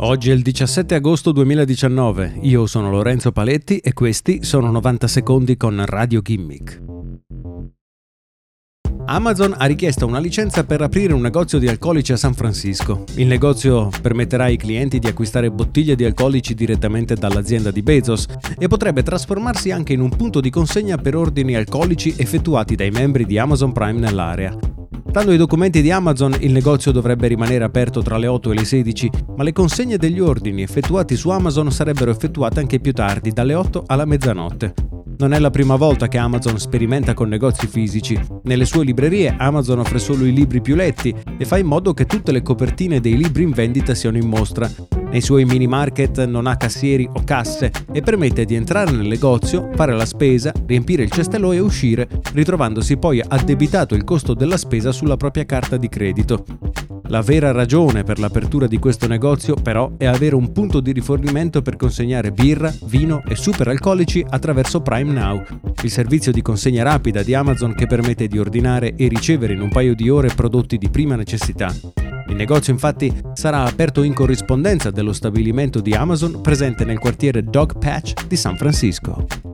Oggi è il 17 agosto 2019, io sono Lorenzo Paletti e questi sono 90 secondi con Radio Gimmick. Amazon ha richiesto una licenza per aprire un negozio di alcolici a San Francisco. Il negozio permetterà ai clienti di acquistare bottiglie di alcolici direttamente dall'azienda di Bezos e potrebbe trasformarsi anche in un punto di consegna per ordini alcolici effettuati dai membri di Amazon Prime nell'area. Stando ai documenti di Amazon, il negozio dovrebbe rimanere aperto tra le 8 e le 16, ma le consegne degli ordini effettuati su Amazon sarebbero effettuate anche più tardi, dalle 8 alla mezzanotte. Non è la prima volta che Amazon sperimenta con negozi fisici. Nelle sue librerie Amazon offre solo i libri più letti e fa in modo che tutte le copertine dei libri in vendita siano in mostra. Nei suoi mini market non ha cassieri o casse e permette di entrare nel negozio, fare la spesa, riempire il cestello e uscire, ritrovandosi poi addebitato il costo della spesa sulla propria carta di credito. La vera ragione per l'apertura di questo negozio, però, è avere un punto di rifornimento per consegnare birra, vino e superalcolici attraverso Prime Now, il servizio di consegna rapida di Amazon che permette di ordinare e ricevere in un paio di ore prodotti di prima necessità. Il negozio infatti sarà aperto in corrispondenza dello stabilimento di Amazon presente nel quartiere Dog Patch di San Francisco.